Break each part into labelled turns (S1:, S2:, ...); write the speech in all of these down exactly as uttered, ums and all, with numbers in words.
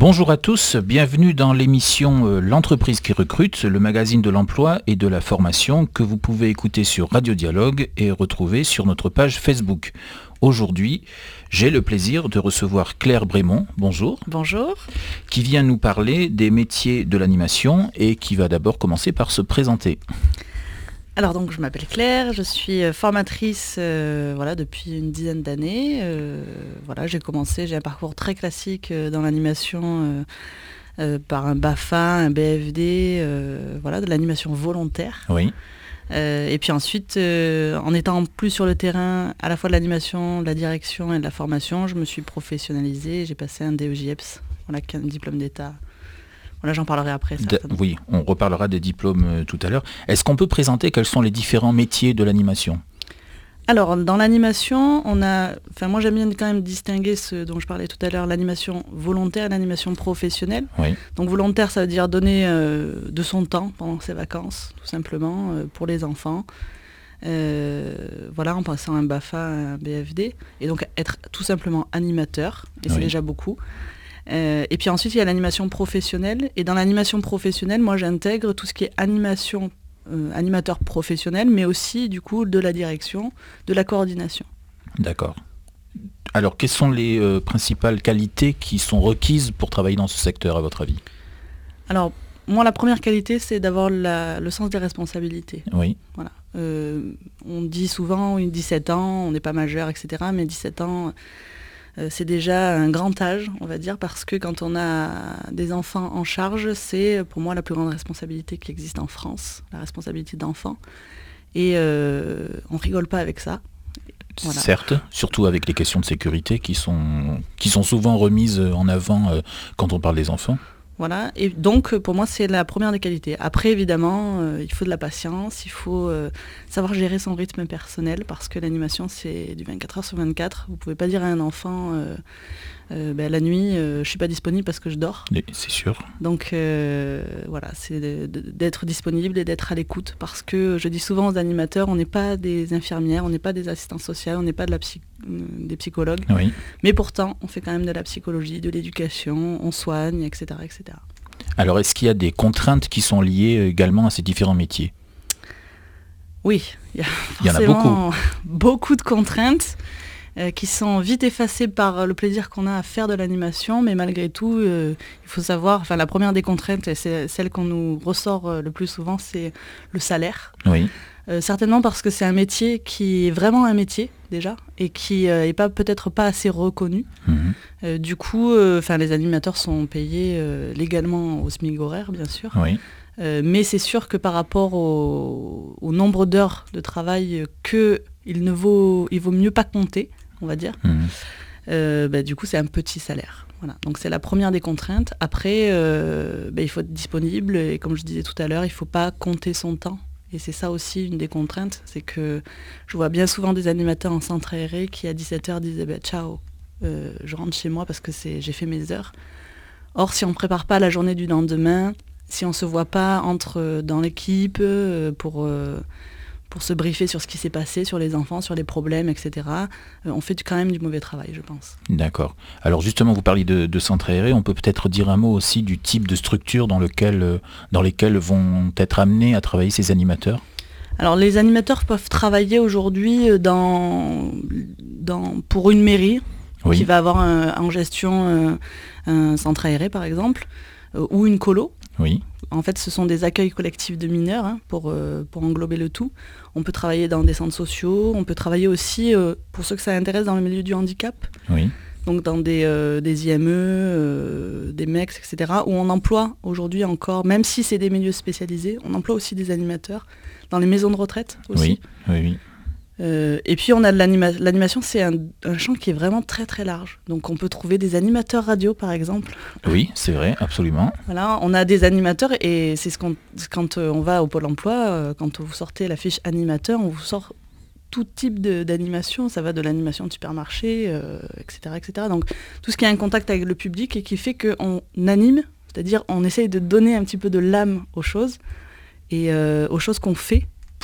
S1: Bonjour à tous, bienvenue dans l'émission euh, L'entreprise qui recrute, le magazine de l'emploi et de la formation que vous pouvez écouter sur Radio Dialogue et retrouver sur notre page Facebook. Aujourd'hui, j'ai le plaisir de recevoir Claire Brémond, bonjour.
S2: Bonjour.
S1: Qui vient nous parler des métiers de l'animation et qui va d'abord commencer par se présenter.
S2: Alors donc je m'appelle Claire, je suis formatrice euh, voilà, depuis une dizaine d'années. Euh, voilà, j'ai commencé, j'ai un parcours très classique euh, dans l'animation euh, euh, par un BAFA, un B F D, euh, voilà, de l'animation volontaire.
S1: Oui.
S2: Euh, et puis ensuite, euh, en étant plus sur le terrain, à la fois de l'animation, de la direction et de la formation, je me suis professionnalisée, j'ai passé un D E J E P S, voilà, qui est un diplôme d'État. Voilà, j'en parlerai après.
S1: De, oui, on reparlera des diplômes euh, tout à l'heure. Est-ce qu'on peut présenter quels sont les différents métiers de l'animation ?
S2: Alors, dans l'animation, on a... Enfin, moi, j'aime bien quand même distinguer ce dont je parlais tout à l'heure, l'animation volontaire et l'animation professionnelle.
S1: Oui.
S2: Donc, volontaire, ça veut dire donner euh, de son temps pendant ses vacances, tout simplement, euh, pour les enfants. Euh, voilà, en passant un BAFA, un B F D. Et donc, être tout simplement animateur. Et c'est oui. déjà beaucoup. Euh, et puis ensuite, il y a l'animation professionnelle. Et dans l'animation professionnelle, moi, j'intègre tout ce qui est animation, euh, animateur professionnel, mais aussi, du coup, de la direction, de la coordination.
S1: D'accord. Alors, quelles sont les euh, principales qualités qui sont requises pour travailler dans ce secteur, à votre avis ?
S2: Alors, moi, la première qualité, c'est d'avoir la, le sens des responsabilités.
S1: Oui.
S2: Voilà. Euh, on dit souvent, oui, dix-sept ans, on n'est pas majeur, et cetera. Mais dix-sept ans... Euh, c'est déjà un grand âge, on va dire, parce que quand on a des enfants en charge, c'est pour moi la plus grande responsabilité qui existe en France, la responsabilité d'enfant. Et euh, on rigole pas avec ça.
S1: Voilà. Certes, surtout avec les questions de sécurité qui sont, qui sont souvent remises en avant euh, quand on parle des enfants.
S2: Voilà, et donc pour moi c'est la première des qualités. Après évidemment, euh, il faut de la patience, il faut euh, savoir gérer son rythme personnel parce que l'animation c'est du vingt-quatre heures sur vingt-quatre. Vous ne pouvez pas dire à un enfant euh, euh, ben, la nuit euh, je ne suis pas disponible parce que je dors.
S1: Et c'est sûr.
S2: Donc euh, voilà, c'est de, de, d'être disponible et d'être à l'écoute parce que je dis souvent aux animateurs, on n'est pas des infirmières, on n'est pas des assistantes sociales, on n'est pas de la psy- des psychologues,
S1: oui.
S2: mais pourtant on fait quand même de la psychologie, de l'éducation, on soigne, et cetera, et cetera.
S1: Alors, est-ce qu'il y a des contraintes qui sont liées également à ces différents métiers ?
S2: Oui, il y a
S1: il y en a beaucoup.
S2: beaucoup de contraintes euh, qui sont vite effacées par le plaisir qu'on a à faire de l'animation, mais malgré tout, euh, il faut savoir, enfin la première des contraintes, et c'est celle qu'on nous ressort euh, le plus souvent, c'est le salaire.
S1: Oui.
S2: Euh, certainement parce que c'est un métier qui est vraiment un métier déjà et qui n'est euh, pas peut-être pas assez reconnu. Mmh. Euh, du coup, euh, les animateurs sont payés euh, légalement au SMIC horaire, bien sûr.
S1: Oui.
S2: Euh, mais c'est sûr que par rapport au, au nombre d'heures de travail que il ne vaut, il vaut mieux pas compter, on va dire. Mmh. Euh, bah, du coup, c'est un petit salaire. Voilà. Donc c'est la première des contraintes. Après, euh, bah, il faut être disponible et comme je disais tout à l'heure, il ne faut pas compter son temps. Et c'est ça aussi une des contraintes, c'est que je vois bien souvent des animateurs en centre aéré qui à dix-sept heures disaient bah, « ciao, euh, je rentre chez moi parce que c'est, j'ai fait mes heures ». Or, si on ne prépare pas la journée du lendemain, si on ne se voit pas entre dans l'équipe euh, pour, euh, pour se briefer sur ce qui s'est passé, sur les enfants, sur les problèmes, et cetera, euh, on fait quand même du mauvais travail, je pense.
S1: D'accord. Alors justement, vous parliez de, de centre aéré, on peut peut-être dire un mot aussi du type de structure dans, lequel, dans lesquelles vont être amenés à travailler ces animateurs ?
S2: Alors les animateurs peuvent travailler aujourd'hui dans, dans, pour une mairie, oui. qui va avoir un, en gestion un, un centre aéré par exemple, euh, ou une colo.
S1: Oui.
S2: En fait, ce sont des accueils collectifs de mineurs, hein, pour, euh, pour englober le tout. On peut travailler dans des centres sociaux, on peut travailler aussi, euh, pour ceux que ça intéresse, dans le milieu du handicap.
S1: Oui.
S2: Donc dans des, euh, des I M E, euh, des M E X, et cetera, où on emploie aujourd'hui encore, même si c'est des milieux spécialisés, on emploie aussi des animateurs, dans les maisons de retraite aussi.
S1: Oui, oui, oui.
S2: Euh, et puis on a de l'anima- l'animation, c'est un, un champ qui est vraiment très très large. Donc on peut trouver des animateurs radio par exemple.
S1: Oui, c'est vrai, absolument.
S2: Voilà, on a des animateurs et c'est ce qu'on, quand on va au Pôle emploi, euh, quand vous sortez la fiche animateur, on vous sort tout type de, d'animation. Ça va de l'animation de supermarché, euh, et cetera, et cetera. Donc tout ce qui a un contact avec le public et qui fait qu'on anime, c'est-à-dire on essaye de donner un petit peu de l'âme aux choses et euh, aux choses qu'on fait pour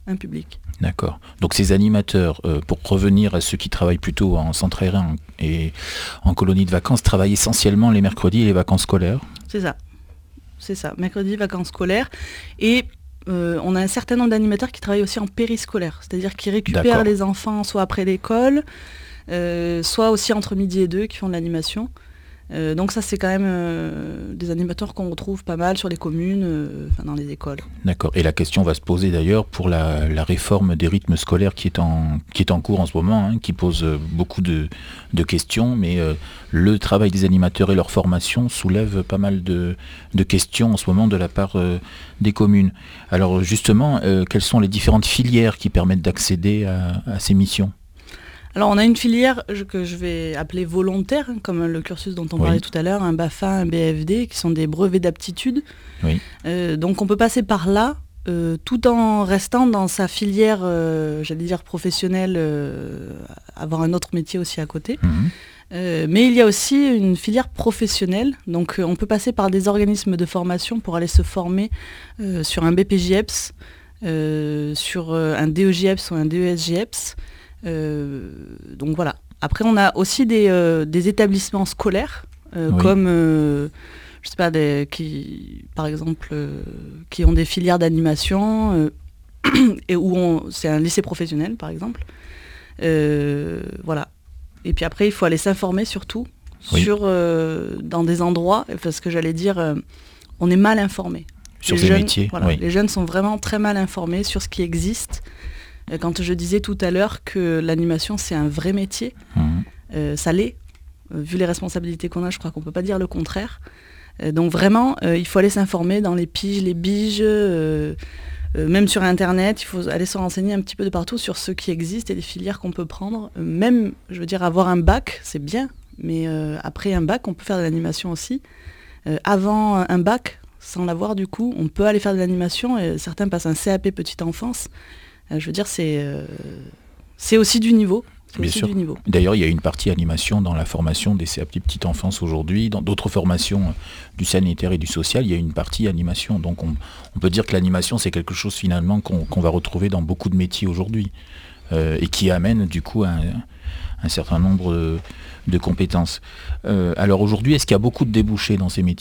S2: un public.
S1: D'accord. Donc ces animateurs, euh, pour revenir à ceux qui travaillent plutôt en centre aérien et en colonie de vacances, travaillent essentiellement les mercredis et les vacances scolaires.
S2: C'est ça. C'est ça. Mercredi, vacances scolaires. Et euh, on a un certain nombre d'animateurs qui travaillent aussi en périscolaire. C'est-à-dire qui récupèrent D'accord. les enfants soit après l'école, euh, soit aussi entre midi et deux qui font de l'animation. Euh, donc ça c'est quand même euh, des animateurs qu'on retrouve pas mal sur les communes, euh, dans les écoles.
S1: D'accord. Et la question va se poser d'ailleurs pour la, la réforme des rythmes scolaires qui est en, qui est en cours en ce moment, hein, qui pose beaucoup de, de questions, mais euh, le travail des animateurs et leur formation soulève pas mal de, de questions en ce moment de la part euh, des communes. Alors justement, euh, quelles sont les différentes filières qui permettent d'accéder à, à ces missions ?
S2: Alors on a une filière que je vais appeler volontaire, comme le cursus dont on oui. parlait tout à l'heure, un BAFA, un B F D, qui sont des brevets d'aptitude.
S1: Oui.
S2: Euh, donc on peut passer par là, euh, tout en restant dans sa filière, euh, j'allais dire professionnelle, euh, avoir un autre métier aussi à côté. Mmh. Euh, mais il y a aussi une filière professionnelle, donc euh, on peut passer par des organismes de formation pour aller se former euh, sur un B P J E P S, euh, sur euh, un D E J E P S ou un D E S J E P S. Euh, donc voilà. Après, on a aussi des, euh, des établissements scolaires, euh, oui. comme, euh, je sais pas, des, qui, par exemple, euh, qui ont des filières d'animation, euh, et où on, c'est un lycée professionnel, par exemple. Euh, voilà. Et puis après, il faut aller s'informer surtout oui. sur, euh, dans des endroits, parce que j'allais dire, euh, on est mal informé.
S1: Sur
S2: les
S1: ces
S2: jeunes,
S1: métiers.
S2: Voilà,
S1: oui.
S2: Les jeunes sont vraiment très mal informés sur ce qui existe. Quand je disais tout à l'heure que l'animation c'est un vrai métier, mmh. euh, ça l'est. Euh, vu les responsabilités qu'on a, je crois qu'on ne peut pas dire le contraire. Euh, donc vraiment, euh, il faut aller s'informer dans les piges, les biges, euh, euh, même sur Internet, il faut aller se renseigner un petit peu de partout sur ce qui existe et les filières qu'on peut prendre. Euh, même, je veux dire, avoir un bac, c'est bien, mais euh, après un bac, on peut faire de l'animation aussi. Euh, avant un bac, sans l'avoir du coup, on peut aller faire de l'animation. Et certains passent un C A P petite enfance. Je veux dire, c'est, euh, c'est aussi du niveau. C'est
S1: Bien
S2: aussi
S1: sûr.
S2: Du niveau.
S1: D'ailleurs, il y a une partie animation dans la formation des C A P petite enfance aujourd'hui. Dans d'autres formations du sanitaire et du social, il y a une partie animation. Donc on, on peut dire que l'animation, c'est quelque chose finalement qu'on, qu'on va retrouver dans beaucoup de métiers aujourd'hui. Euh, et qui amène du coup un, un certain nombre de, de compétences. Euh, alors aujourd'hui, est-ce qu'il y a beaucoup de débouchés dans ces métiers ?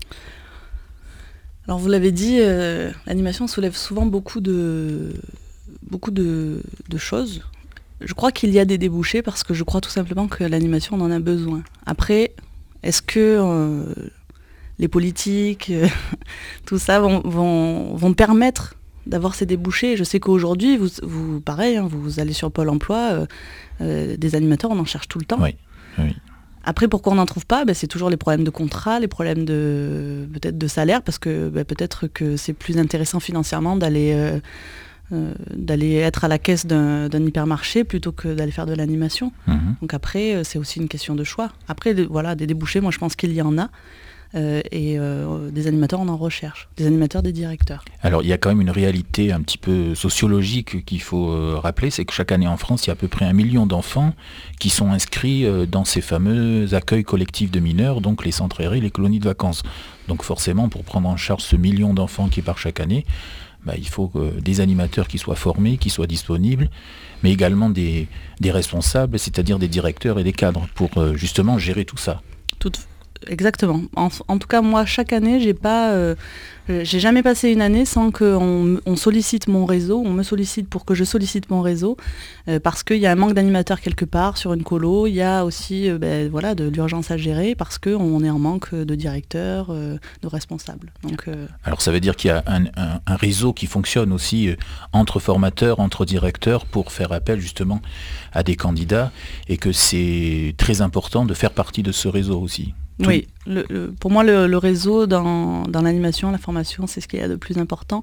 S2: Alors vous l'avez dit, euh, l'animation soulève souvent beaucoup de... beaucoup de, de choses. Je crois qu'il y a des débouchés parce que je crois tout simplement que l'animation on en a besoin. Après, est-ce que euh, les politiques, euh, tout ça vont, vont, vont permettre d'avoir ces débouchés ? Je sais qu'aujourd'hui, vous, vous pareil, hein, vous allez sur Pôle emploi, euh, euh, des animateurs, on en cherche tout le temps.
S1: Oui, oui.
S2: Après, pourquoi on n'en trouve pas ? Ben, c'est toujours les problèmes de contrat, les problèmes de peut-être de salaire, parce que ben, peut-être que c'est plus intéressant financièrement d'aller... Euh, Euh, d'aller être à la caisse d'un, d'un hypermarché plutôt que d'aller faire de l'animation. Mmh. Donc après, euh, c'est aussi une question de choix. Après, de, voilà, des débouchés, moi je pense qu'il y en a. Euh, et euh, des animateurs, on en recherche. Des animateurs, des directeurs.
S1: Alors il y a quand même une réalité un petit peu sociologique qu'il faut euh, rappeler, c'est que chaque année en France, il y a à peu près un million d'enfants qui sont inscrits euh, dans ces fameux accueils collectifs de mineurs, donc les centres aérés, les colonies de vacances. Donc forcément, pour prendre en charge ce million d'enfants qui part chaque année, bah, il faut que des animateurs qui soient formés, qui soient disponibles, mais également des, des responsables, c'est-à-dire des directeurs et des cadres, pour euh, justement gérer tout ça.
S2: Tout, exactement. En, en tout cas, moi, chaque année, j'ai pas, euh, j'ai jamais passé une année sans qu'on on sollicite mon réseau, on me sollicite pour que je sollicite mon réseau, euh, parce qu'il y a un manque d'animateurs quelque part sur une colo, il y a aussi euh, ben, voilà, de l'urgence à gérer, parce qu'on est en manque de directeurs, euh, de responsables. Donc, euh...
S1: Alors ça veut dire qu'il y a un, un, un réseau qui fonctionne aussi euh, entre formateurs, entre directeurs, pour faire appel justement à des candidats, et que c'est très important de faire partie de ce réseau aussi. Tout.
S2: Oui, le, le, pour moi le, le réseau dans, dans l'animation, la formation, c'est ce qu'il y a de plus important.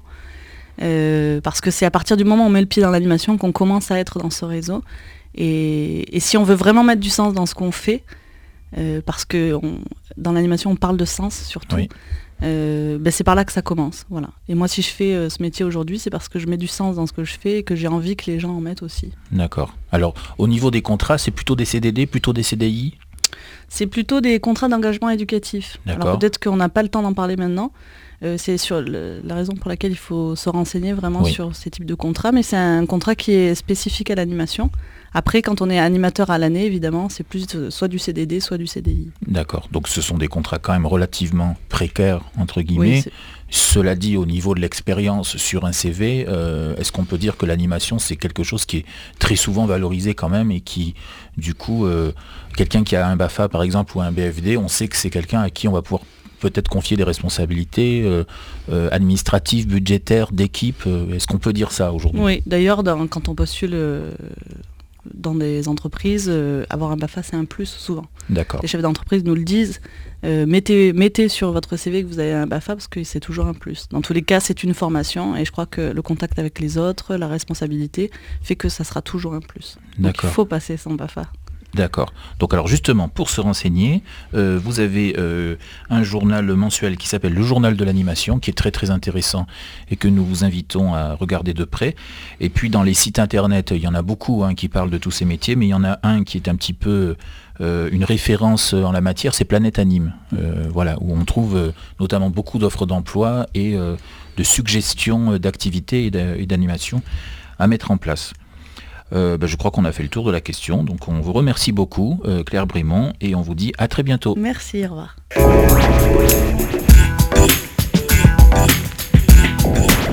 S2: Euh, parce que c'est à partir du moment où on met le pied dans l'animation qu'on commence à être dans ce réseau. Et, et si on veut vraiment mettre du sens dans ce qu'on fait, euh, parce que on, dans l'animation on parle de sens surtout, oui. euh, ben c'est par là que ça commence. Voilà. Et moi si je fais euh, ce métier aujourd'hui, c'est parce que je mets du sens dans ce que je fais et que j'ai envie que les gens en mettent aussi.
S1: D'accord. Alors au niveau des contrats, c'est plutôt des C D D, plutôt des C D I ?
S2: C'est plutôt des contrats d'engagement éducatif.
S1: D'accord.
S2: Alors peut-être qu'on n'a pas le temps d'en parler maintenant. Euh, c'est sur le, la raison pour laquelle il faut se renseigner vraiment oui. sur ces types de contrats, mais c'est un contrat qui est spécifique à l'animation. Après, quand on est animateur à l'année, évidemment, c'est plus euh, soit du C D D, soit du C D I.
S1: D'accord, donc ce sont des contrats quand même relativement précaires, entre guillemets. Oui, cela dit, au niveau de l'expérience sur un C V, euh, est-ce qu'on peut dire que l'animation, c'est quelque chose qui est très souvent valorisé quand même et qui, du coup, euh, quelqu'un qui a un BAFA par exemple ou un B F D, on sait que c'est quelqu'un à qui on va pouvoir peut-être confier des responsabilités euh, euh, administratives, budgétaires, d'équipe. Euh, est-ce qu'on peut dire ça aujourd'hui ?
S2: Oui, d'ailleurs, dans, quand on postule euh, dans des entreprises, euh, avoir un BAFA, c'est un plus souvent.
S1: D'accord.
S2: Les chefs d'entreprise nous le disent. Euh, mettez, mettez sur votre C V que vous avez un BAFA parce que c'est toujours un plus. Dans tous les cas, c'est une formation et je crois que le contact avec les autres, la responsabilité, fait que ça sera toujours un plus. Donc il faut passer son BAFA.
S1: D'accord. Donc alors justement, pour se renseigner, euh, vous avez euh, un journal mensuel qui s'appelle le Journal de l'animation, qui est très très intéressant et que nous vous invitons à regarder de près. Et puis dans les sites internet, il y en a beaucoup hein, qui parlent de tous ces métiers, mais il y en a un qui est un petit peu euh, une référence en la matière, c'est Planète Anime, euh, voilà, où on trouve euh, notamment beaucoup d'offres d'emploi et euh, de suggestions d'activités et d'animation à mettre en place. Euh, ben je crois qu'on a fait le tour de la question, donc on vous remercie beaucoup euh, Claire Brimont et on vous dit à très bientôt.
S2: Merci, au revoir.